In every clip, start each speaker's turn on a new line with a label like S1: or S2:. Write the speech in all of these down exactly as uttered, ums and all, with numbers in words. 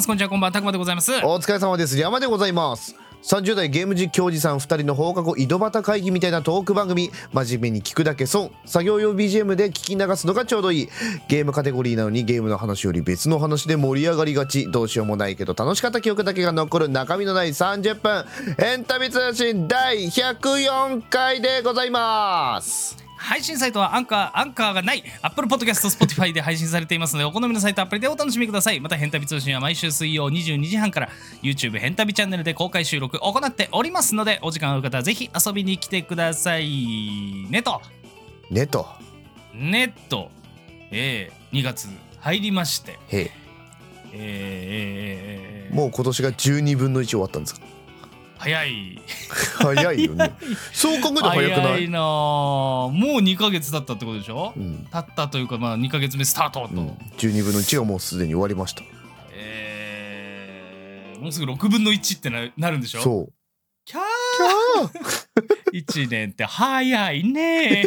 S1: こんにちは、こんばんは、たくまでございます。
S2: お疲れ様です。山でございます。さんじゅう代ゲーム実況おじさんふたりの放課後井戸端会議みたいなトーク番組。真面目に聞くだけ損、作業用 ビージーエム で聞き流すのがちょうどいい。ゲームカテゴリーなのにゲームの話より別の話で盛り上がりがち。どうしようもないけど楽しかった記憶だけが残る中身のないさんじゅっぷんエンタメ通信だいひゃくよんかいでございます。
S1: 配信サイトはアンカー、アンカーがない Apple Podcast、Spotify で配信されていますので、お好みのサイトアプリでお楽しみください。またヘンタビ通信は毎週水曜にじゅうにじはんから YouTube ヘンタビチャンネルで公開収録を行っておりますので、お時間ある方はぜひ遊びに来てくださいねと
S2: ねと
S1: ねと、えー、にがつ入りまして、
S2: へえ
S1: えーえーえー、
S2: もう今年がじゅうにぶんのいち終わったんですか？
S1: 早い
S2: 早いよね。そう考えると早くない？
S1: 早いな。もうにかげつ経ったってことでしょ、
S2: うん、
S1: 経ったというか、まあにかげつめスタートと、うん、
S2: じゅうにぶんのいちがもうすでに終わりました。
S1: えー、もうすぐろくぶんのいちってな、なるんでしょ。
S2: そう、
S1: キャーいちねんって早いね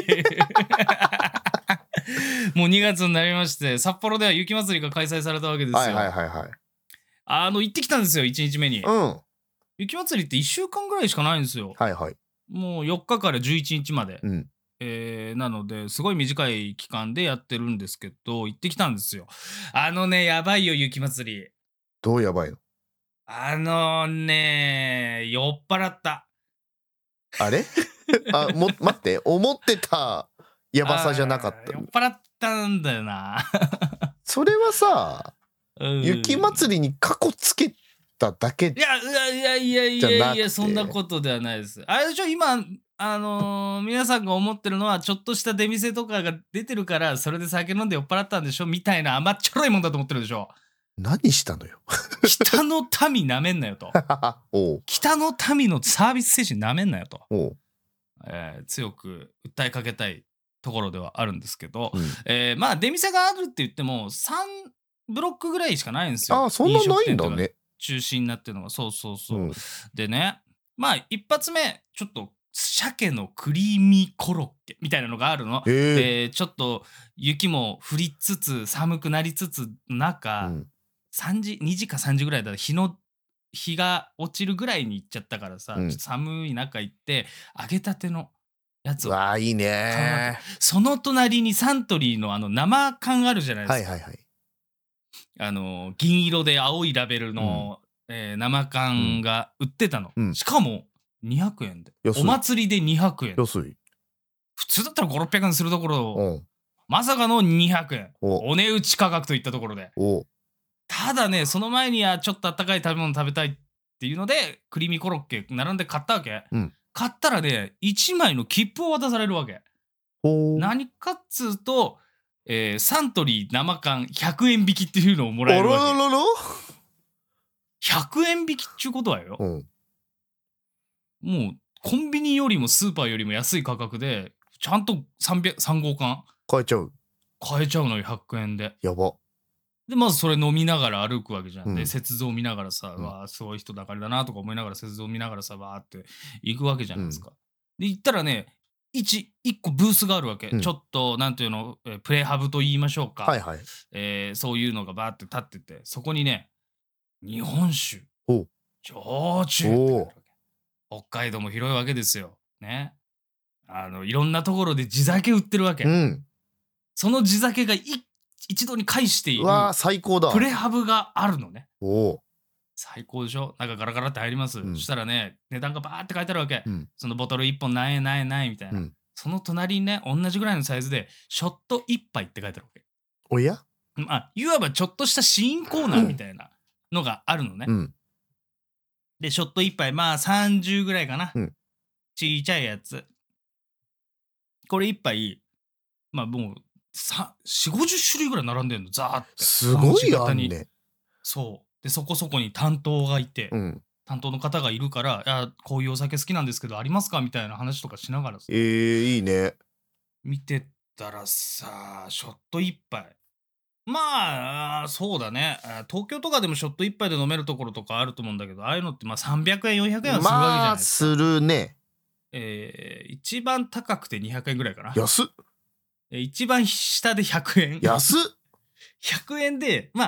S1: もうにがつになりまして、札幌では雪祭りが開催されたわけですよ。
S2: はいはいはいはい。
S1: あの行ってきたんですよ、いちにちめに。
S2: うん、
S1: 雪祭りっていっしゅうかんぐらいしかないんですよ。
S2: はいはい。
S1: もうよっかからじゅういちにちまで、
S2: うん、
S1: えー、なのですごい短い期間でやってるんですけど、行ってきたんですよ。あのね、やばいよ、雪祭り。
S2: どうやばいの？
S1: あのね、酔っ払った。
S2: あれあ、も、待って、思ってたやばさじゃなかった。
S1: 酔っ払ったんだよな
S2: それはさ、雪祭りにカコつけただけ。
S1: いやいやいやいやいやいや、そんなことではないです。あれでしょ、今あのー、皆さんが思ってるのはちょっとした出店とかが出てるからそれで酒飲んで酔っ払ったんでしょみたいな甘っちょろいもんだと思ってるでしょ。
S2: 何したのよ
S1: 北の民なめんなよとお北の民のサービス精神なめんなよと、お、えー、強く訴えかけたいところではあるんですけど、うん、えー、まあ出店があるって言ってもさんブロックぐらいしかないんですよ。
S2: あ、そんなないんだね。
S1: 中心になってるのが、そうそうそう、うん、でね、まあ一発目ちょっと鮭のクリーミーコロッケみたいなのがあるの。でちょっと雪も降りつつ寒くなりつつ中、うん、さんじにじかさんじぐらいだ日の日が落ちるぐらいに行っちゃったからさ、うん、ちょっと寒い中行って揚げたてのやつを
S2: わあいいね。
S1: その隣にサントリーのあの生缶あるじゃないですか。
S2: はいはいはい。
S1: あの銀色で青いラベルの、うん、えー、生缶が売ってたの、うん、しかもにひゃくえんで、お祭りでにひゃくえん、
S2: 安い。
S1: 普通だったらごひゃくろっぴゃくえんするところをまさかのにひゃくえん、お値打ち価格といったところで、ただね、その前にはちょっとあったかい食べ物食べたいっていうのでクリーミーコロッケ並んで買ったわけ、うん、買ったらねいちまいの切符を渡されるわけ。何かっつうと、えー、サントリー生缶ひゃくえん引きっていうのをもらえるわけ。あららららひゃくえん引きっちゅうことはよ、うん、もうコンビニよりもスーパーよりも安い価格でちゃんとさんびゃくさん号缶
S2: 買えちゃう
S1: 買えちゃうのよ、ひゃくえんで。
S2: やば。
S1: でまずそれ飲みながら歩くわけじゃん、うん、で雪像見ながらさ、うん、わあすごい人だかりだなとか思いながら雪像見ながらさわーって行くわけじゃないですか、うん、で行ったらね 1, 1個ブースがあるわけ、うん、ちょっとなんていうの、えー、プレハブと言いましょうか、はいはい、えー、そういうのがバーって立ってて、そこにね日本酒、焼酎って書いてあるわけ。北海道も広いわけですよね。あのいろんなところで地酒売ってるわけ、うん、その地酒が一度に返している
S2: 最高だ
S1: プレハブがあるのね。お最高でしょ。なんかガラガラって入ります、うん、そしたらね値段がバーって書いてあるわけ、うん、そのボトルいっぽん何円何円何円みたいな、うん、その隣にね同じぐらいのサイズでショットいっぱいって書いてあるわけ。
S2: おや、
S1: まあいわばちょっとした試飲コーナーみたいなのがあるのね、うん、でショットいっぱいまあさんじゅうぐらいかな、うん、ちいちゃいやつ、これいっぱいまあもうよんじゅうごじゅっしゅるいぐらい並んでるの、ザーって。
S2: すごいあんね。
S1: そうでそこそこに担当がいて、うん、担当の方がいるからいやこういうお酒好きなんですけどありますかみたいな話とかしながらさ、
S2: えー、いいね。
S1: 見てたらさショットいっぱい、まあそうだね、東京とかでもショットいっぱいで飲めるところとかあると思うんだけど、ああいうのってまあさんびゃくえんよんひゃくえんはするわけじゃないですか。
S2: まあするね。
S1: えー、一番高くてにひゃくえんぐらいかな。
S2: 安っ。
S1: 一番下でひゃくえん。
S2: 安っ。
S1: ひゃくえんでまあ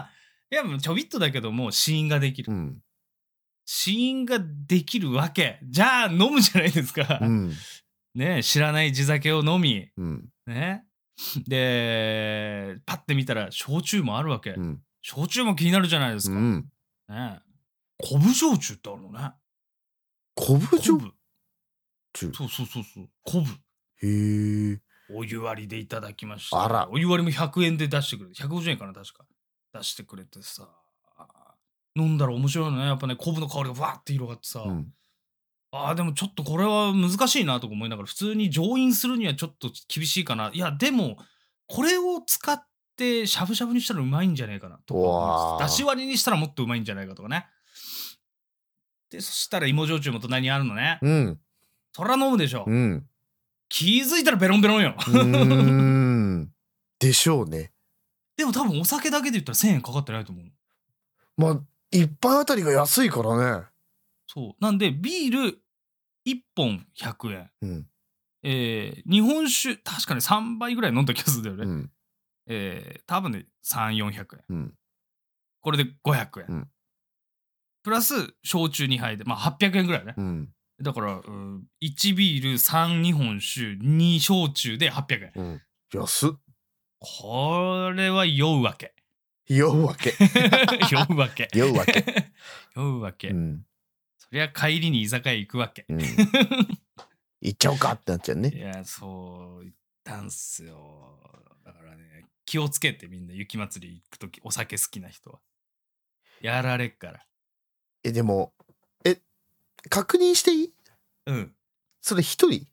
S1: いやもうちょびっとだけども試飲ができる、
S2: うん、
S1: 試飲ができるわけじゃあ飲むじゃないですか、
S2: うん、
S1: ね、知らない地酒を飲み、
S2: うん、
S1: ね、でパッて見たら焼酎もあるわけ、
S2: うん、
S1: 焼酎も気になるじゃないですか、
S2: うん。
S1: ね、昆布焼酎ってあるのね。
S2: 昆布焼
S1: 昆布
S2: 酎。
S1: そうそうそうそう昆布
S2: へえ。
S1: お湯割りでいただきました。
S2: あら。
S1: お湯割りもひゃくえんで出してくれてひゃくごじゅうえんかな確か出してくれてさ、飲んだら面白いのね、やっぱね、昆布の香りがわーって広がってさ、
S2: うん、
S1: あーでもちょっとこれは難しいなとか思いながら、普通に上飲するにはちょっと厳しいかな、いやでもこれを使ってしゃぶしゃぶにしたらうまいんじゃないかなとか思いつつ、
S2: わー
S1: だし割りにしたらもっとうまいんじゃないかとかね。でそしたら芋焼酎も隣にあるのね、
S2: うん、
S1: そら飲むでしょ、
S2: うん。
S1: 気づいたらベロンベロンよ
S2: うーん。でしょうね。
S1: でも多分お酒だけで言ったらせんえんかかってないと思う。
S2: まあ一杯あたりが安いからね。
S1: そうなんでビールいっぽんひゃくえん、
S2: うん、
S1: えー、日本酒確かにさんばいぐらい飲んだ気がするんだよね、
S2: うん、
S1: えー、多分ねさんびゃくよんひゃくえん、
S2: うん、
S1: これでごひゃくえん、
S2: うん、
S1: プラス焼酎にはいでまあはっぴゃくえんぐらいね、
S2: うん、
S1: だから、うん、いちビールさん日本酒に焼酎ではっぴゃくえん、
S2: うん。安っ。
S1: これは酔うわけ
S2: 酔うわけ。
S1: 酔うわけ
S2: 酔うわけ。
S1: 酔うわけ、
S2: うん、
S1: そりゃ帰りに居酒屋行くわけ、
S2: うん。行っちゃおうかってなっちゃうね。
S1: いやそう言ったんすよ。だからね気をつけてみんな雪祭り行くときお酒好きな人はやられっから。
S2: えでもえ確認していい？
S1: うん。
S2: それ一人？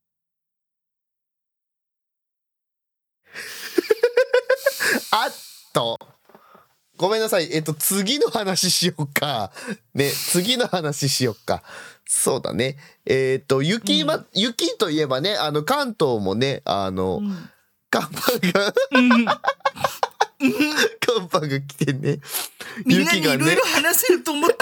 S2: あっとごめんなさい。えっと次の話しようか。ね次の話しようか。そうだね。えっと雪ま、
S1: うん、
S2: 雪といえばねあの関東もねあの、うん、寒波が寒波が来てね。
S1: みんなにいろいろ話せると思って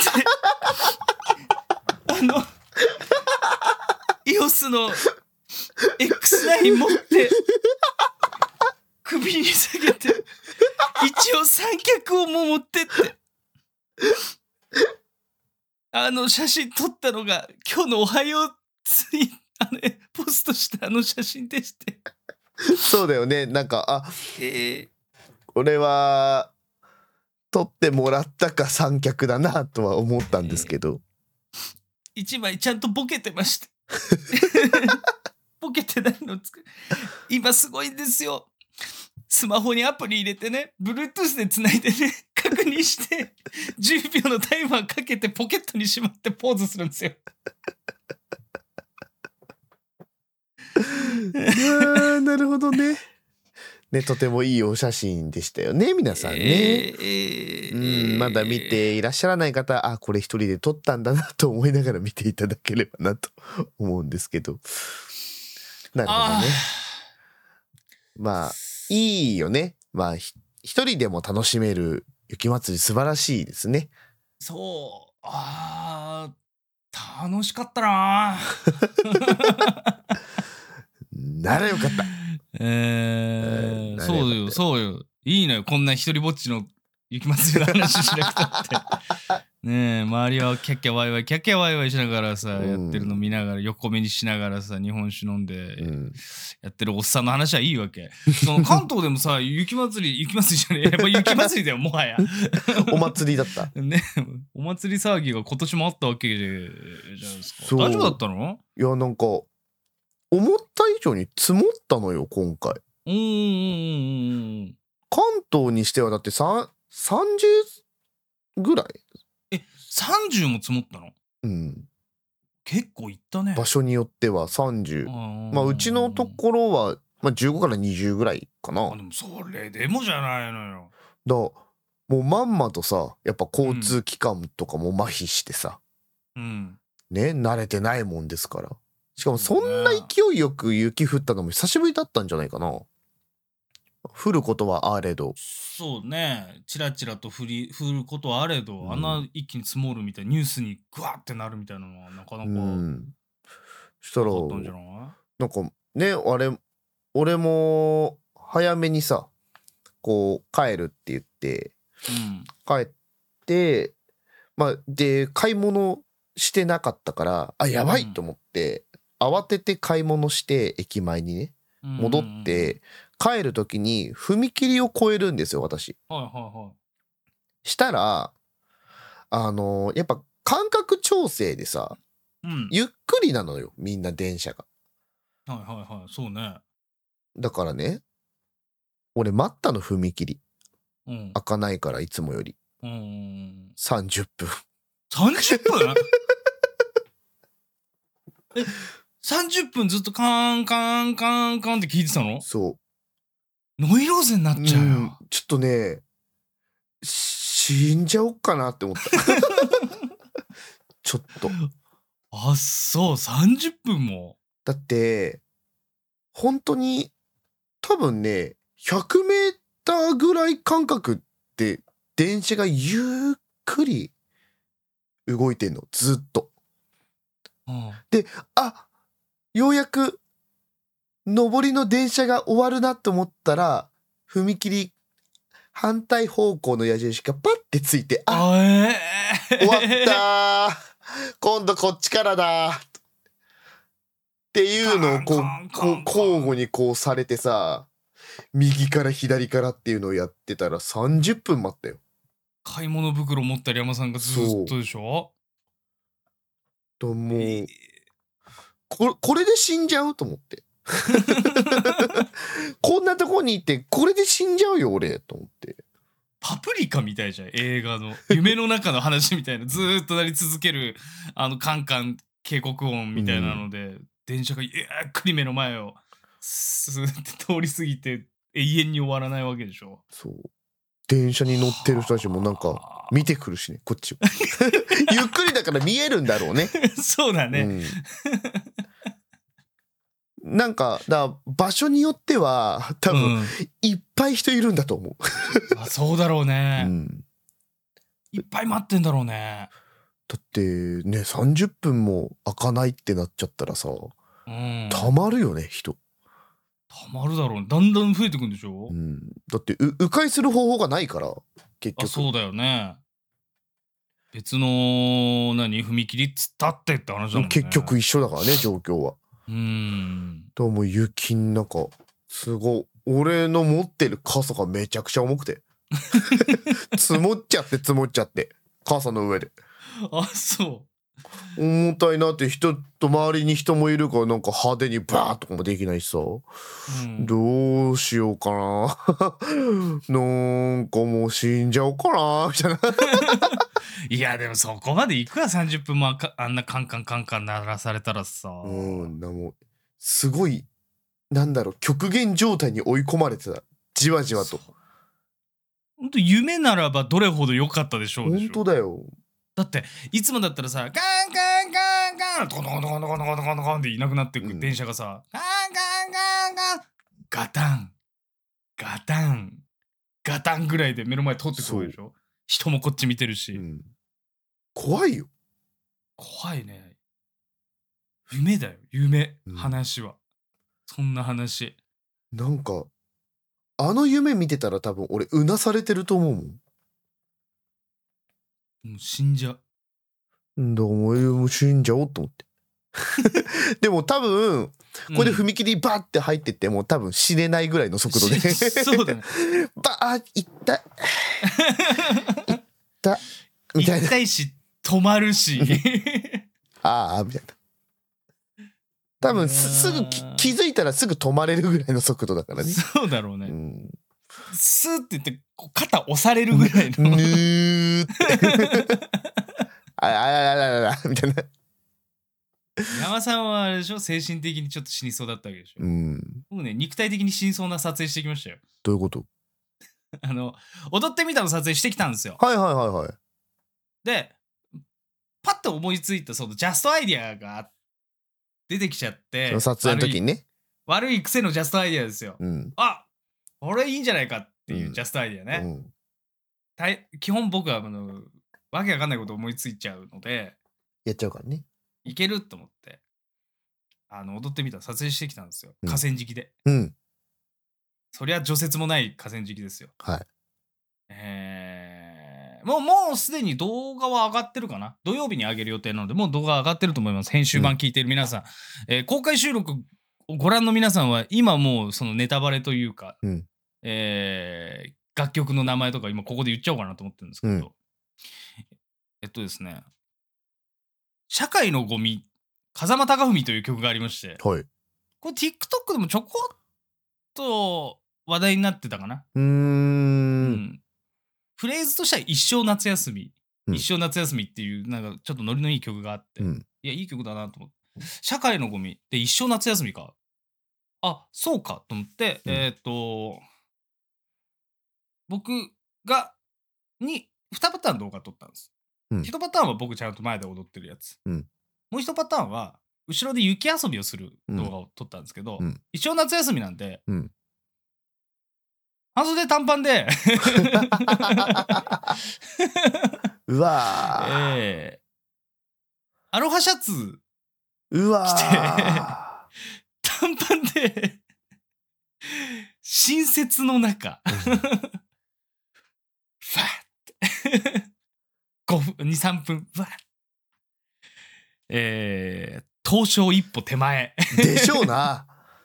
S1: あのイオスの エックスナイン 持って首に下げて一応三脚をも持ってってあの写真撮ったのが今日のおはようツイあのポストしたあの写真でして
S2: そうだよねなんかあ、
S1: えー、
S2: 俺は撮ってもらったか三脚だなとは思ったんですけど、
S1: えー、一枚ちゃんとボケてましたボケてないのつく今すごいんですよ。スマホにアプリ入れてね Bluetooth でつないでね確認してじゅうびょうのタイマーかけてポケットにしまってポーズするんですよ
S2: あなるほどねねとてもいいお写真でしたよね皆さんね、えー、うんまだ見ていらっしゃらない方あこれ一人で撮ったんだなと思いながら見ていただければなと思うんですけどなるほどねまあいいよねまあ一人でも楽しめる雪まつり素晴らしいですね。
S1: そうあー楽しかったな
S2: ならよかった
S1: えー、そうよそうよいいのよこんな一人ぼっちの雪まつりの話しなくたってねえ周りはキャッキャワイワイキャッキャワイワイしながらさ、うん、やってるの見ながら横目にしながらさ日本酒飲んで、うん、やってるおっさんの話はいいわけその関東でもさ雪まつり雪まつりじゃねえやっぱ雪まつりだよもはや
S2: お祭りだった
S1: ねお祭り騒ぎが今年もあったわけじゃないですか。大丈夫だったの？
S2: いやなんか思った以上に積もったのよ今回。
S1: うんうんうんうん
S2: 関東にしてはだってささんじゅうぐらい
S1: えさんじゅうも積もったの？
S2: うん
S1: 結構いったね。
S2: 場所によってはさんじゅうまあうちのところは、まあ、じゅうごからにじゅうぐらいかな。
S1: あでもそれでもじゃないのよ。
S2: だもうまんまとさやっぱ交通機関とかも麻痺してさ、うん、ね慣れてないもんですからしかもそんな勢いよく雪降ったのも久しぶりだったんじゃないかな。降ることはあれど
S1: そうねチラチラと降り降ることはあれど、うん、あんな一気に積もるみたいなニュースにグワッてなるみたいなのはなかなか、うん、
S2: したらなんかねあれ俺も早めにさこう帰るって言って
S1: うん、
S2: 帰ってまあで買い物してなかったからあやばいと思って、うん、慌てて買い物して駅前にね戻って、帰る時に踏切を越えるんですよ私。
S1: はいはいはい。
S2: したらあのー、やっぱ間隔調整でさ、うん、ゆっくりなのよみんな電車が。
S1: はいはいはいそうね。
S2: だからね俺待ったの踏切、うん、開かないからいつもより、うん、さんじゅっぷん。
S1: さんじゅっぷんえさんじゅっぷんずっとカンカンカンカンって聞いてたの？
S2: そう
S1: ノイローゼになっちゃうよ、うん、
S2: ちょっとね死んじゃおっかなって思ったちょっと
S1: あそうさんじゅっぷんも
S2: だって本当に多分ねひゃくメーターぐらい間隔って電車がゆっくり動いてんのずっと、うん、であようやく上りの電車が終わるなと思ったら踏切反対方向の矢印がパッてついてあ、えー、終わった今度こっちからだっていうのをこう交互にこうされてさ右から左からっていうのをやってたらさんじゅっぷん待ったよ。
S1: 買い物袋持ったり山さんがずっとでしょ。
S2: ともう、えー、こ, これで死んじゃうと思ってこんなとこにいてこれで死んじゃうよ俺と思って。
S1: パプリカみたいじゃん映画の夢の中の話みたいなずーっとなり続けるあのカンカン警告音みたいなので、うん、電車がゆっくり目の前をスーって通り過ぎて永遠に終わらないわけでしょ。
S2: そう電車に乗ってる人たちもなんか見てくるしねこっちをゆっくりだから見えるんだろうね
S1: そうだね、
S2: うん、なんかだ場所によっては多分、うん、いっぱい人いるんだと思う
S1: あそうだろうね、うん、いっぱい待ってんだろうね。
S2: だってねさんじゅっぷんも開かないってなっちゃったらさ、うん、たまるよね人。
S1: たまるだろう、だんだん増えてくんでしょ、
S2: うん、だってう迂回する方法がないから結局。
S1: あそうだよね別の何踏切っつったってって話だもんね。
S2: 結局一緒だからね状況は。うんでも雪の中すごい俺の持ってる傘がめちゃくちゃ重くて積もっちゃって積もっちゃって傘の上で。
S1: あそう
S2: 重たいなって人と周りに人もいるからなんか派手にバーッとかもできないしさ、うん、どうしようかななんかもう死んじゃおうかなみたいない
S1: やでもそこまで行くわさんじゅっぷんも あ, あんなカンカンカンカン鳴らされたらさ
S2: うんなもうすごいなんだろう極限状態に追い込まれてたじわじわと。
S1: ほんと夢ならばどれほど良かったでしょうでしょ。
S2: ほんとだよ。
S1: だっていつもだったらさカンカンカンカントコトコトコトコトコトコトコンっていなくなってく電車がさ、うん、カンカンカンカンガタンガタンガタンぐらいで目の前通ってくるでしょ。人もこっち見てるし、うん、
S2: 怖いよ。
S1: 怖いね。夢だよ夢、うん、話はそんな話。
S2: なんかあの夢見てたら多分俺うなされてると思うもん。
S1: もう死んじゃう。
S2: だからもう死んじゃおうと思ってでも多分これで踏切バーって入ってっても多分死ねないぐらいの速度で
S1: そうだね
S2: バーいったいったみたいな。
S1: 痛いし止まるし
S2: ああみたいな。多分すぐ気づいたらすぐ止まれるぐらいの速度だからね。
S1: そうだろうね、うん、スーって言って肩押されるぐらいの
S2: ぬーってあらあらあらあらみたいな。
S1: 山さんはあれでしょ精神的にちょっと死にそうだったわけでしょ、うん、僕ね肉体的に死にそうな撮影してきましたよ。
S2: どういうこと
S1: あの踊ってみたの撮影してきたんですよ。
S2: はいはいはいはい。
S1: でパッと思いついたそのジャストアイディアが出てきちゃって
S2: 撮影の時にね
S1: 悪い、悪い癖のジャストアイディアですよ、うん、あこれいいんじゃないかっていうジャストアイディアね、うん、基本僕はあのわけわかんないこと思いついちゃうので
S2: やっちゃうからね
S1: いけると思ってあの踊ってみたら撮影してきたんですよ、うん、河川敷で、うん、そりゃ除雪もない河川敷ですよ。
S2: はい
S1: えもうもうすでに動画は上がってるかな。土曜日に上げる予定なので、もう動画上がってると思います。編集版聞いてる皆さん、うん、えー、公開収録をご覧の皆さんは今もうそのネタバレというか、うん、えー、楽曲の名前とか今ここで言っちゃおうかなと思ってるんですけど、うん、えっとですね、社会のゴミ、風間貴文という曲がありまして、はい、これ TikTok でもちょこっと話題になってたかな。うーん、うん、フレーズとしては一生夏休み、うん、一生夏休みっていうなんかちょっとノリのいい曲があって、うん、いやいい曲だなと思って、社会のゴミで一生夏休みか、あ、そうかと思って、うん、えっと僕がににパターン動画撮ったんです。うん、いちパターンは僕ちゃんと前で踊ってるやつ、うん、もういちパターンは後ろで雪遊びをする動画を撮ったんですけど、うん、一生夏休みなんで、うん、半袖短パンで
S2: うわ
S1: ー、えー、アロハシャツ
S2: うわ
S1: 着て短パンで新雪の中ファッてごふんにさんぷんファッ、えー、東証一歩手前
S2: でしょうな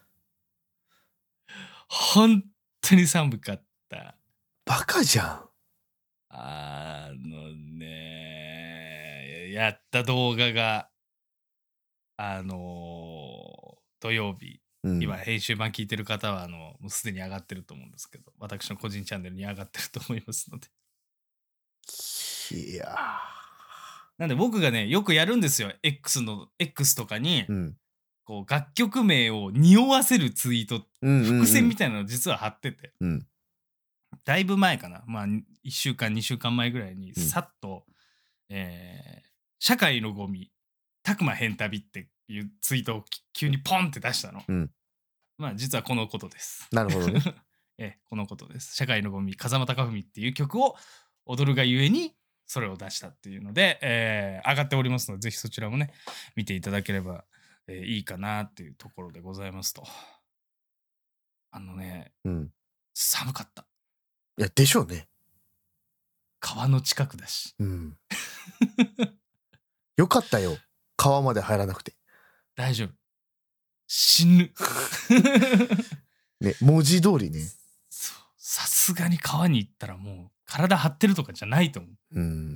S1: 本当に寒かった。
S2: バカじゃん。
S1: あのね、やった動画があのー、土曜日、うん、今編集版聞いてる方はあのもうすでに上がってると思うんですけど、私の個人チャンネルに上がってると思いますので。
S2: いや
S1: なんで僕がねよくやるんですよ、 X の X とかに、うん、こう楽曲名を匂わせるツイート、うんうんうん、伏線みたいなの実は貼ってて、うん、だいぶ前かな、まあいっしゅうかんにしゅうかんまえぐらいにさっと、うん、えー、社会のゴミたくま変旅っていうツイートを急にポンって出したの、うん、まあ実はこのことです。
S2: なるほどね
S1: えこのことです。社会のゴミ風間貴文っていう曲を踊るがゆえにそれを出したっていうので、えー、上がっておりますので、ぜひそちらもね見ていただければ、えー、いいかなっていうところでございますと。あのね、うん、寒かった。
S2: いやでしょうね。
S1: 川の近くだし、うん、
S2: よかったよ、川まで入らなくて。
S1: 大丈夫、死ぬ
S2: ね、文字通りね。
S1: さすがに川に行ったらもう体張ってるとかじゃないと思う、うん、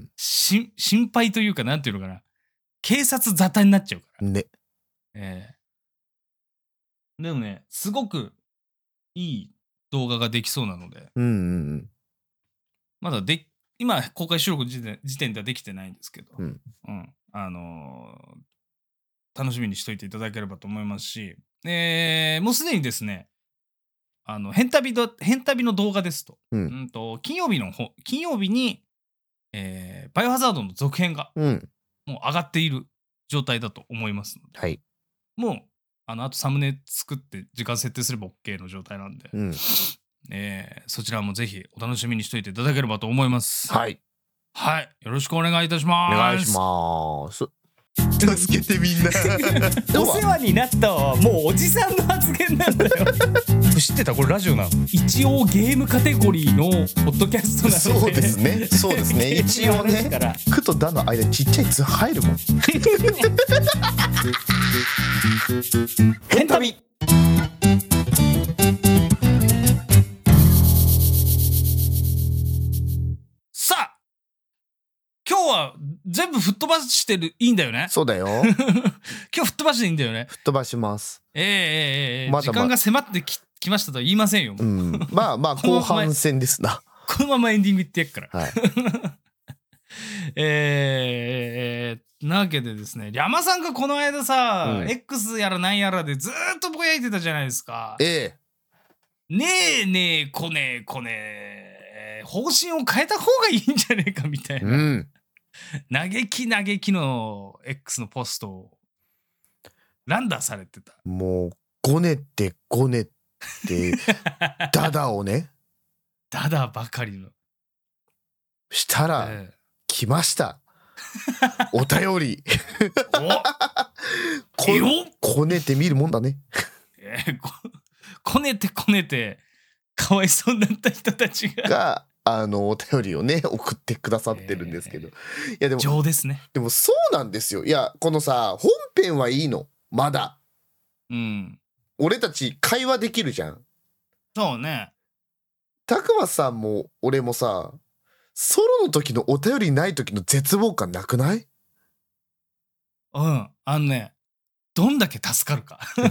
S1: し心配というかなんていうのかな、警察沙汰になっちゃうからね、えー、でもねすごくいい動画ができそうなので、うんうんうん、まだで今公開収録時点、時点ではできてないんですけど、うんうん、あのー、楽しみにしといていただければと思いますし、えー、もうすでにですね、あの変旅ど変旅の動画ですと、うん、うんと金曜日の方金曜日に、えー、バイオハザードの続編が、うん、もう上がっている状態だと思いますので、はい、もうあのあとサムネ作って時間設定すれば OK の状態なんで、うん、えー、そちらもぜひお楽しみにしておいていただければと思います。はいはい、よろしくお願いいたします。
S2: お願いします。助けてみんな
S1: お世話になったわ。もうおじさんの発言なんだよ知ってた？これラジオなの？一応ゲームカテゴリーのポッドキャストなので。
S2: そうですね、そうですね一応ね、くとだの間にちっちゃい「つ」入るもん変旅。
S1: さあ今日は全部吹っ飛ばしてるいいんだよね。
S2: そうだよ
S1: 今日吹っ飛ばしていいんだよね。
S2: 吹っ飛ばします。
S1: えー、えー、えー、まだま時間が迫ってききましたとは言いませんよ、
S2: うん、まあまあ後半戦ですな。
S1: このままエンディングいってやっから、はいえー、なわけでですね、山さんがこの間さ、うん、X やらなんやらでずーっとぼやいてたじゃないですか。ええねえねえこねえこねえ方針を変えた方がいいんじゃねえかみたいな、うん、嘆き嘆きの X のポストを乱打されてた。
S2: もうごねってごねってダダをね
S1: ダダばかりの
S2: したら、えー、来ましたお便りおこ, こねてみるもんだね、
S1: えー、こ, こねてこねてかわいそうになった人たちが
S2: があのお便りをね送ってくださってるんですけど、えー、いやでも
S1: 情ですね。
S2: でもそうなんですよ。いやこのさ本編はいいのまだ、
S1: うん、
S2: 俺たち会話できるじゃん。
S1: そうね。
S2: たくまさんも俺もさソロの時のお便りない時の絶望感なくない？
S1: うん、あのねどんだけ助かるか、うん、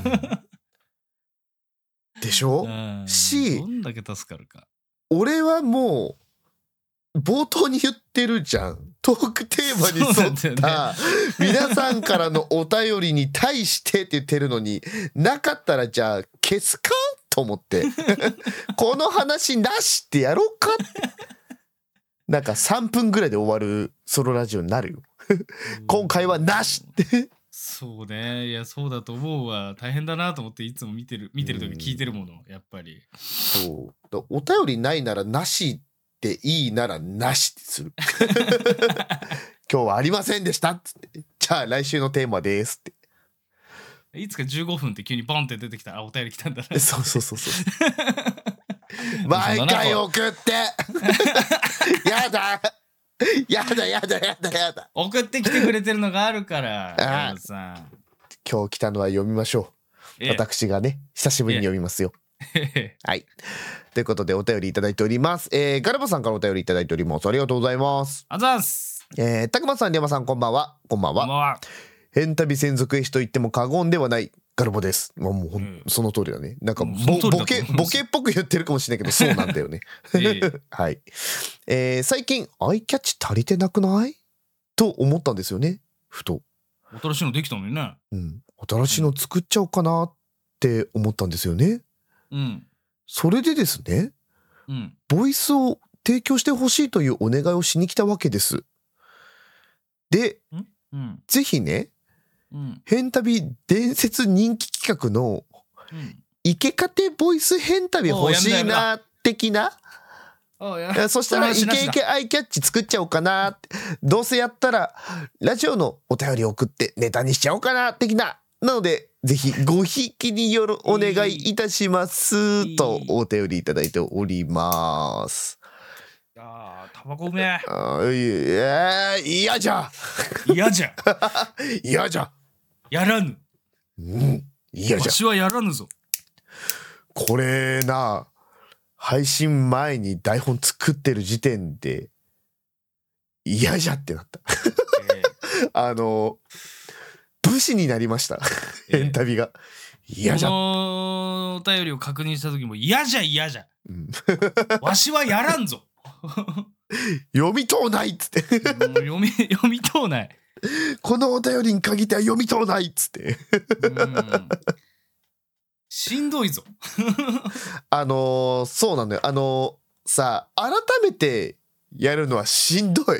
S2: でしょ、し
S1: どんだけ助かるか。
S2: 俺はもう冒頭に言ってるじゃん。トークテーマに沿った皆さんからのお便りに対してって言ってるのに、なかったらじゃあ消すかと思ってこの話なしってやろうかなんかさんぷんぐらいで終わるソロラジオになるよ今回はなしって
S1: そうね。いやそうだと思うわ。大変だなと思っていつも見てる見てる時聞いてるもの、やっぱり。
S2: そうお便りないならなしっていいならなしってする今日はありませんでしたっつって、じゃあ来週のテーマですって
S1: いつかじゅうごふんって急にボンって出てきたら、あお便り来たんだな。
S2: そうそうそうそう毎回送ってやだやだやだやだやだ
S1: 送ってきてくれてるのがあるからあさん
S2: 今日来たのは読みましょう、ええ、私がね久しぶりに読みますよ、ええ、はいということでお便りいただいております、えー、ガルバさんからお便りいただいております。ありがとうございます。
S1: あざーす。
S2: えー、たくまさん、りゃまさん、こんばんは。こんばんは。こんばんは。変旅専属絵師と言っても過言ではないガルボです。まあ、もうほん、うん、その通りだね。なんかボボケボケっぽく言ってるかもしれないけどそうなんだよね。はい。えー、最近アイキャッチ足りてなくないと思ったんですよね。ふと。
S1: 新しいのできたのにね。
S2: うん。新しいの作っちゃおうかなって思ったんですよね。
S1: うん。そ
S2: れでですね。うん。ボイスを提供してほしいというお願いをしに来たわけです。で、うん、ぜひね、うん、変旅伝説人気企画の、うん、イケカテボイス変旅欲しいな的な、そしたらイケイケアイキャッチ作っちゃおうかなって、どうせやったらラジオのお便り送ってネタにしちゃおうかな的な、なのでぜひごひいきによるお願いいたしますとお便りいただいております。
S1: あータバコうめえ。
S2: あいや嫌じゃ
S1: 嫌じゃ
S2: 嫌じゃ
S1: やらぬ。
S2: うん嫌じゃ。
S1: わしはやらぬぞ。
S2: これな配信前に台本作ってる時点で嫌じゃってなった、えー、あの武士になりました変旅が嫌じゃ。
S1: このお便りを確認した時も嫌じゃ嫌じゃ、うん、わしはやらんぞ
S2: 読みとうないっつって
S1: 読み読みとうない。
S2: このお便りに限っては読みとうないっつってうん
S1: しんどいぞ
S2: あのー、そうなんだよ。あのー、さ改めてやるのはしんどい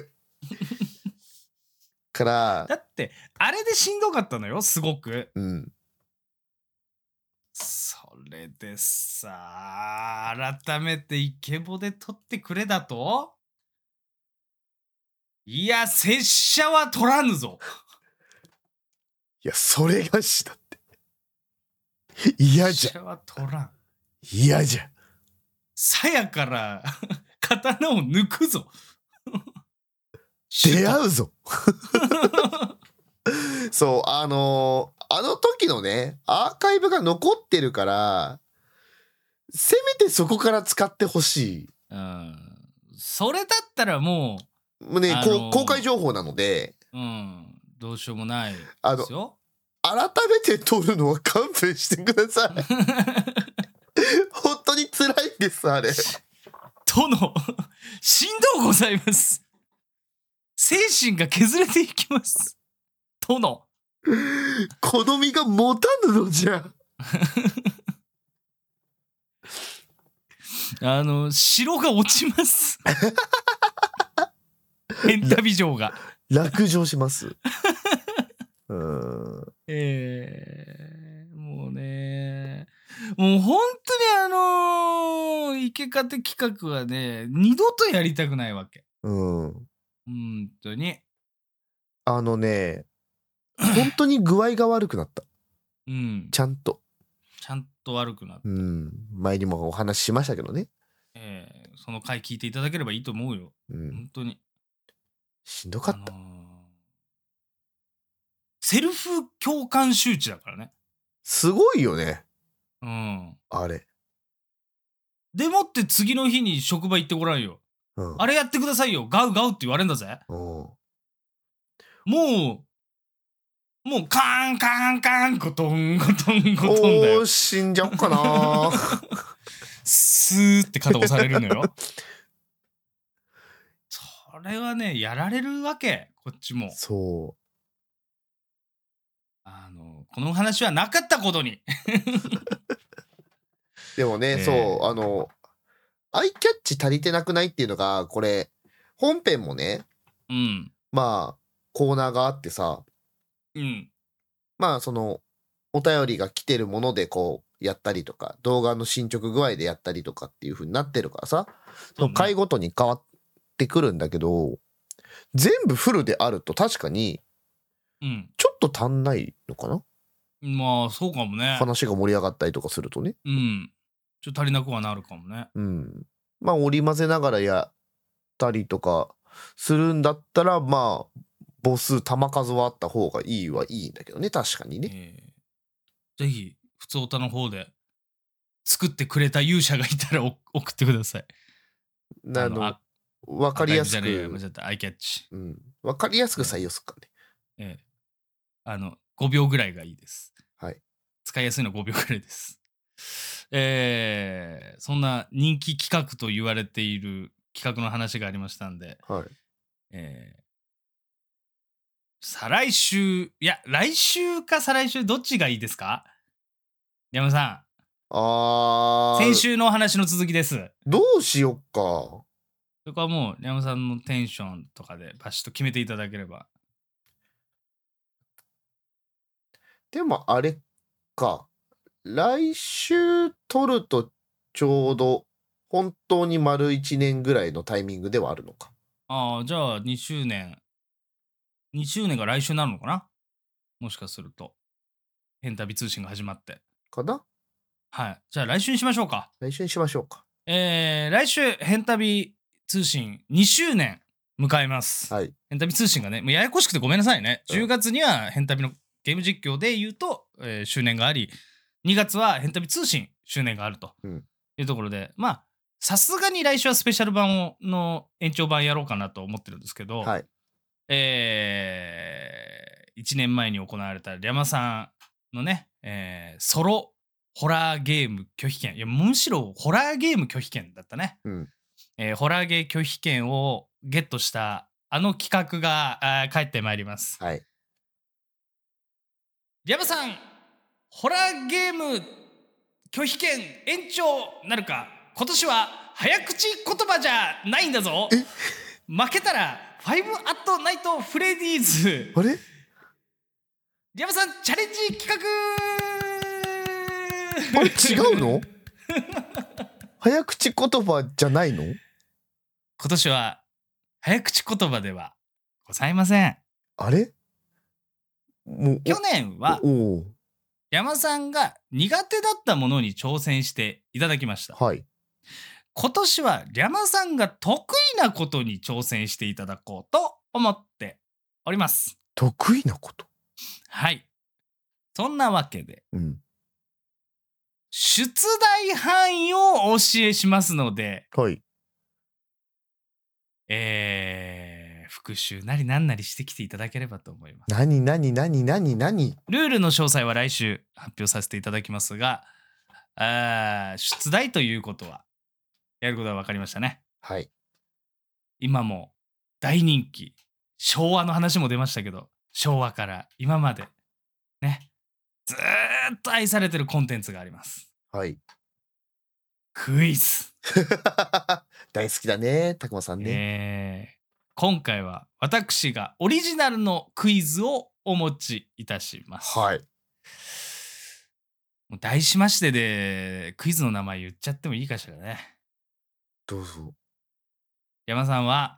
S2: から
S1: だってあれでしんどかったのよすごく。うん。それでさ改めてイケボで撮ってくれだと。いや拙者は取らぬぞ。
S2: いやそれがしだって嫌じゃ。
S1: 拙者は取らん。
S2: 嫌じゃ。
S1: さやから刀を抜くぞ
S2: 出会うぞそうあのー、あの時のねアーカイブが残ってるからせめてそこから使ってほしい。
S1: うん。それだったらもう
S2: もうね、あのー、公開情報なので、
S1: うん、どうしようもないですよ。
S2: 改めて撮るのは勘弁してください本当に辛いんですあれ。
S1: 殿しんどうございます。精神が削れていきます。殿
S2: 好みが持たぬのじゃ
S1: あの城が落ちます変旅城が
S2: 落城しますうん
S1: えー、もうねもう本当にあのー、イケカテ企画はね二度とやりたくないわけ。うん本当に
S2: あのね本当に具合が悪くなった。うんちゃんと
S1: ちゃんと悪くなった。う
S2: ん前にもお話ししましたけどね。
S1: えーその回聞いていただければいいと思うよ。
S2: うん。
S1: 本当に。
S2: しんどかった。
S1: あのーセルフ共感周知だからね。
S2: すごいよね。
S1: うん。
S2: あれ。
S1: でもって次の日に職場行ってごらんよ。うん、あれやってくださいよ。ガウガウって言われんだぜ。うん、もう、もうカーンカーンカーンゴトンゴトンゴトンだよ。
S2: おー、死んじゃおっかな
S1: スーって肩押されるのよ。それはね、やられるわけ、こっちも。
S2: そう。
S1: あの、この話はなかったことに。
S2: でもね、えー、そう、あの、アイキャッチ足りてなくないっていうのが、これ、本編もね、
S1: うん。
S2: まあ、コーナーがあってさ、
S1: うん。
S2: まあ、その、お便りが来てるものでこう、やったりとか、動画の進捗具合でやったりとかっていう風になってるからさ、その回ごとに変わってくるんだけど、全部フルであると確かに、
S1: うん、
S2: ちょっと足んないのかな。
S1: まあそうかもね。
S2: 話が盛り上がったりとかするとね。
S1: うん。ちょっと足りなくはなるかもね。
S2: うん。まあ織り交ぜながらやったりとかするんだったら、まあ母数玉数はあった方がいいはいいんだけどね、確かにね。
S1: えー、ぜひ普通オタの方で作ってくれた勇者がいたら送ってください。
S2: あの分かりやすく、
S1: アイキャッチ。
S2: うん、分かりやすく採用するかね。
S1: ええ。あのごびょうぐらいがいいです。
S2: はい。
S1: 使いやすいのはごびょうぐらいです。えー、そんな人気企画と言われている企画の話がありましたんで、
S2: はい。
S1: えー、再来週、いや来週か再来週どっちがいいですか？山さん。
S2: あー、
S1: 先週のお話の続きです。
S2: どうしよっか。
S1: そこはもう山さんのテンションとかでバシッと決めていただければ。
S2: でもあれか、来週撮るとちょうど本当に丸いちねんぐらいのタイミングではあるのか。
S1: ああ、じゃあにしゅうねん。にしゅうねんが来週になるのかな？もしかすると。変旅通信が始まって。
S2: かな？
S1: はい。じゃあ来週にしましょうか。
S2: 来週にしましょうか。
S1: えー、来週、変旅通信にしゅうねん迎えます。
S2: はい。
S1: 変旅通信がね、もうややこしくてごめんなさいね。じゅうがつには変旅のゲーム実況で言うと、えー、周年があり、にがつは変旅通信周年があるというところで、うん、まあ、さすがに来週はスペシャル版をの延長版やろうかなと思ってるんですけど、
S2: はい、
S1: えー、いちねんまえに行われたリャマさんのね、えー、ソロホラーゲーム拒否権、いやむしろホラーゲーム拒否権だったね、
S2: うん
S1: えー、ホラーゲー拒否権をゲットしたあの企画が帰ってまいります。
S2: はい。
S1: リャマさん、ホラーゲーム拒否権延長なるか？今年は早口言葉じゃないんだぞ。負けたらファイブアットナイトフレディーズ。
S2: あれ？
S1: リャマさんチャレンジ企画。
S2: あれ違うの？早口言葉じゃないの？
S1: 今年は早口言葉ではございません。
S2: あれ？
S1: もう去年は山さんが苦手だったものに挑戦していただきました。
S2: はい。
S1: 今年はリャマさんが得意なことに挑戦していただこうと思っております。
S2: 得意なこと？
S1: はい。そんなわけで、
S2: うん、
S1: 出題範囲をお教えしますので、
S2: はい。
S1: えー、復習なりなんなりしてきていただければと思います。
S2: なになになになになに？
S1: ルールの詳細は来週発表させていただきますが、あ出題ということはやることは分かりましたね。
S2: はい。
S1: 今も大人気、昭和の話も出ましたけど、昭和から今までね、ずーっと愛されてるコンテンツがあります。
S2: はい。
S1: クイズ。
S2: 大好きだね、たくまさんね。
S1: えー、今回は私がオリジナルのクイズをお持ちいたします。
S2: はい。
S1: もう題しましてでクイズの名前言っちゃってもいいかしらね。
S2: どうぞ。
S1: 山さんは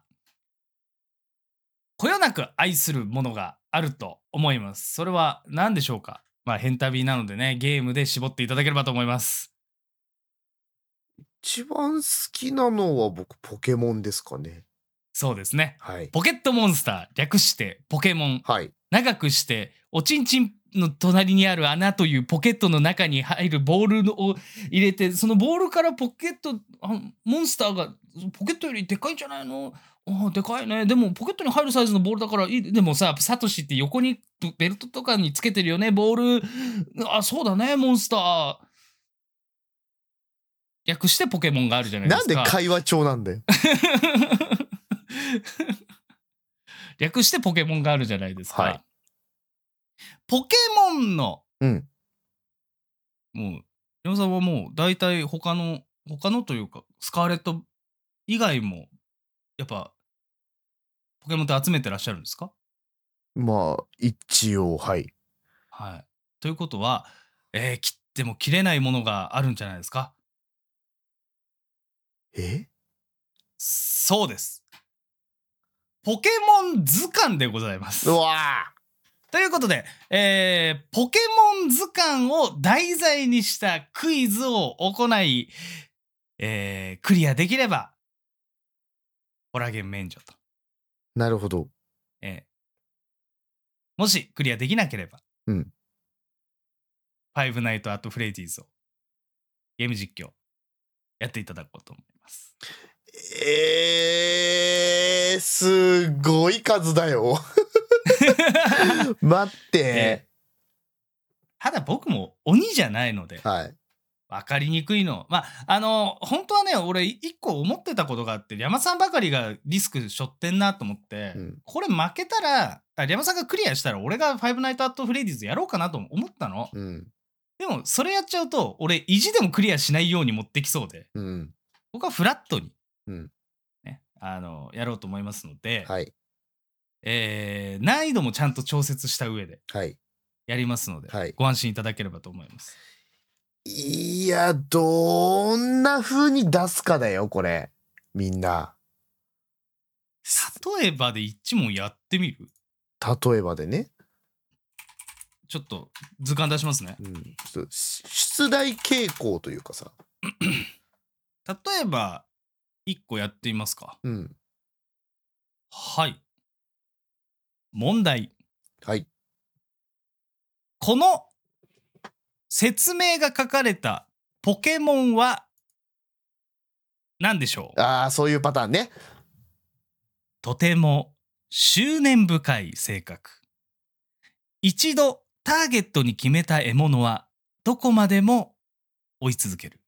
S1: こよなく愛するものがあると思います。それは何でしょうか？まあ変旅なのでね、ゲームで絞っていただければと思います。
S2: 一番好きなのは僕ポケモンですかね。
S1: そうですね。
S2: はい。
S1: ポケットモンスター、略してポケモン。
S2: はい。
S1: 長くしておちんちんの隣にある穴というポケットの中に入るボールを入れて、そのボールからポケットあモンスターがポケットよりでかいんじゃないの？あでかいね。でもポケットに入るサイズのボールだからいい。でもさ、サトシって横にベルトとかにつけてるよね、ボール。あ、そうだね、モンスター。略してポケモンがあるじゃないですか。
S2: なんで会話帳なんだよ。
S1: 略してポケモンがあるじゃないですか。
S2: はい、
S1: ポケモンの、
S2: うん、
S1: もう山さんはもう大体他の他のというかスカーレット以外もやっぱポケモンって集めてらっしゃるんですか？
S2: まあ一応はい。
S1: はい。ということは、えー、切っても切れないものがあるんじゃないですか？
S2: え？
S1: そうです。ポケモン図鑑でございます。
S2: うわ
S1: ということで、えー、ポケモン図鑑を題材にしたクイズを行い、えー、クリアできればホラゲン免除と。
S2: なるほど。
S1: えー、もしクリアできなければ、
S2: うん。
S1: ファイブナイトアットフレディーズをゲーム実況やっていただこうと思います。
S2: えー、すごい数だよ。待って、えー、
S1: ただ僕も鬼じゃないので、
S2: はい、
S1: 分かりにくいの。まああの本当はね、俺一個思ってたことがあって、リャマさんばかりがリスク背負ってんなと思って、うん、これ負けたらリャマさんがクリアしたら俺がファイブナイトアットフレディーズやろうかなと思ったの、うん、でもそれやっちゃうと俺意地でもクリアしないように持ってきそうで、うん、僕はフラットに、うんね、あのやろうと思いますので、はい、えー、難易度もちゃんと調節した上でやりますので、はい、ご安心いただければと思います。
S2: いや、どんな風に出すかだよこれ、みんな。
S1: 例えばで一問やってみる？
S2: 例えばでね、
S1: ちょっと図鑑出しますね、
S2: うん、ちょっと出題傾向というかさ
S1: 例えばいっこやってみますか。うん、はい。問題。
S2: はい。
S1: この説明が書かれたポケモンは何でしょう？
S2: ああ、そういうパターンね。
S1: とても執念深い性格。一度ターゲットに決めた獲物はどこまでも追い続ける。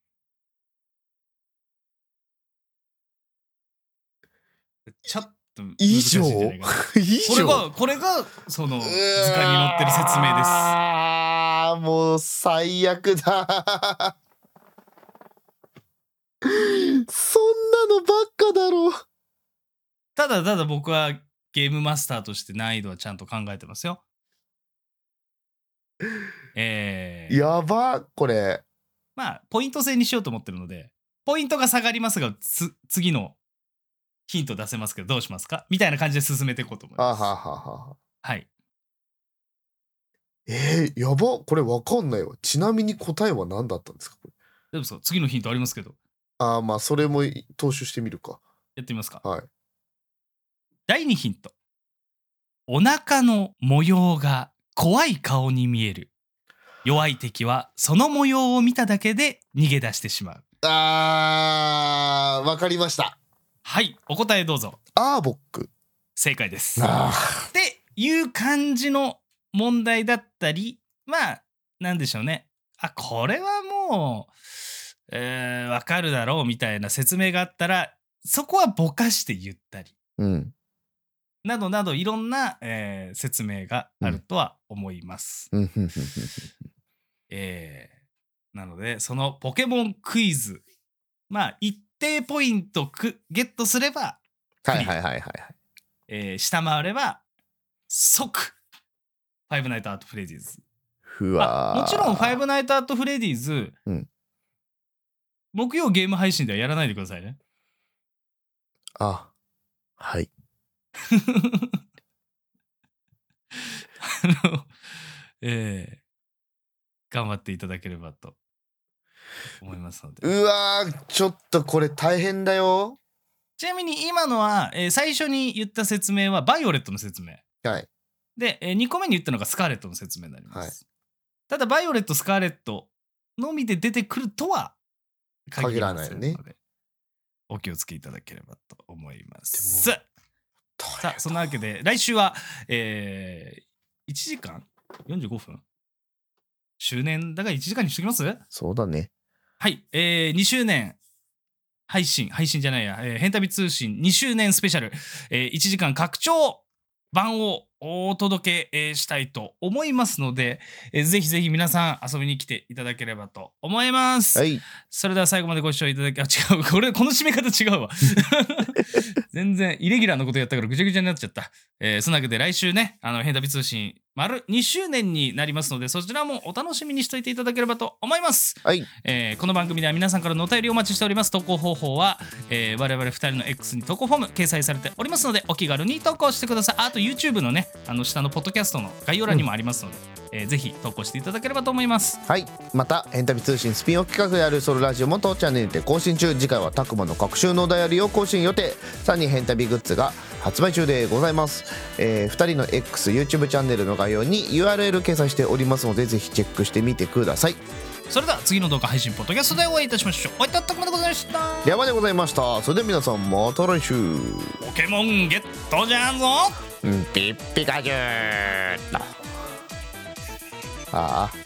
S1: ちょっと難しいんじゃないかな。以上これがこれがその図鑑に載ってる説明です。
S2: ああ、もう最悪だ。そんなのばっかだろう。
S1: ただただ僕はゲームマスターとして難易度はちゃんと考えてますよ。えー、
S2: やばこれ。
S1: まあポイント制にしようと思ってるので、ポイントが下がりますがつ次のヒント出せますけどどうしますかみたいな感じで進めていこうと思います。
S2: はははは
S1: はい。
S2: えー、やばこれわかんないわ。ちなみに答えは何だったんですか？これ
S1: でもさ、次のヒントありますけど。
S2: ああ、まあそれも踏襲してみるか。
S1: やってみますか。
S2: はい。
S1: だいにヒント。お腹の模様が怖い顔に見える。弱い敵はその模様を見ただけで逃げ出してしまう。
S2: あー、わかりました。
S1: はい、お答えどうぞ。
S2: アーボック。
S1: 正解です。っていう感じの問題だったり、まあなんでしょうね。あ、これはもう、えー、わかるだろうみたいな説明があったら、そこはぼかして言ったり、うん、などなどいろんな、えー、説明があるとは思います。うんえー、なのでそのポケモンクイズ、まあ一定ポイントくゲットすればクリア、はいはいはいはい、えー、下回れば即ファイブナイトアットフレディーズ。ふわもちろんファイブナイトアットフレディーズ、うん、木曜ゲーム配信ではやらないでくださいね。
S2: あ、はい。
S1: あの、えー、頑張っていただければと思いますので。
S2: うわーちょっとこれ大変だよ。
S1: ちなみに今のは、えー、最初に言った説明はバイオレットの説明。
S2: はい。
S1: で、えー、にこめに言ったのがスカーレットの説明になります。はい、ただバイオレット、スカーレットのみで出てくるとは限らないので、お気をつけいただければと思います。さあ、そんなわけで来週は、えー、いちじかんよんじゅうごふん周年だからいちじかんにしときます？
S2: そうだね。
S1: はい、えー、にしゅうねん配信配信じゃないや、えー、変旅通信にしゅうねんスペシャル、えー、いちじかん拡張版をお届け、えー、したいと思いますので、えー、ぜひぜひ皆さん遊びに来ていただければと思います。
S2: はい、
S1: それでは最後までご視聴いただき、あ、違う、これこの締め方違うわ全然イレギュラーのことやったからぐちゃぐちゃになっちゃった。えー、そんなわけで来週ね、あの変旅通信丸にしゅうねんになりますので、そちらもお楽しみにしておいていただければと思います。
S2: はい、
S1: えー、この番組では皆さんからのお便りをお待ちしております。投稿方法は、えー、我々ふたりの X に投稿フォーム掲載されておりますので、お気軽に投稿してください。あと YouTube のね、あの下のポッドキャストの概要欄にもありますので、うん、えー、ぜひ投稿していただければと思います。
S2: はい、また変旅通信スピンオフ企画であるソロラジオも当チャンネルで更新中。次回はたくまの各週のダイアリーを更新予定。さらに変旅グッズが発売中でございます。えー、ふたりの X、YouTube チャンネルの概要に ユーアールエル 掲載しておりますので、ぜひチェックしてみてください。
S1: それでは次の動画配信ポッドキャストでお会いいたしましょう。お会いいたたくまでございました。
S2: 山でございました。それでは皆さんまた来週。
S1: ポケモンゲットじゃんぞ。
S2: ピッピカチュー。ああ。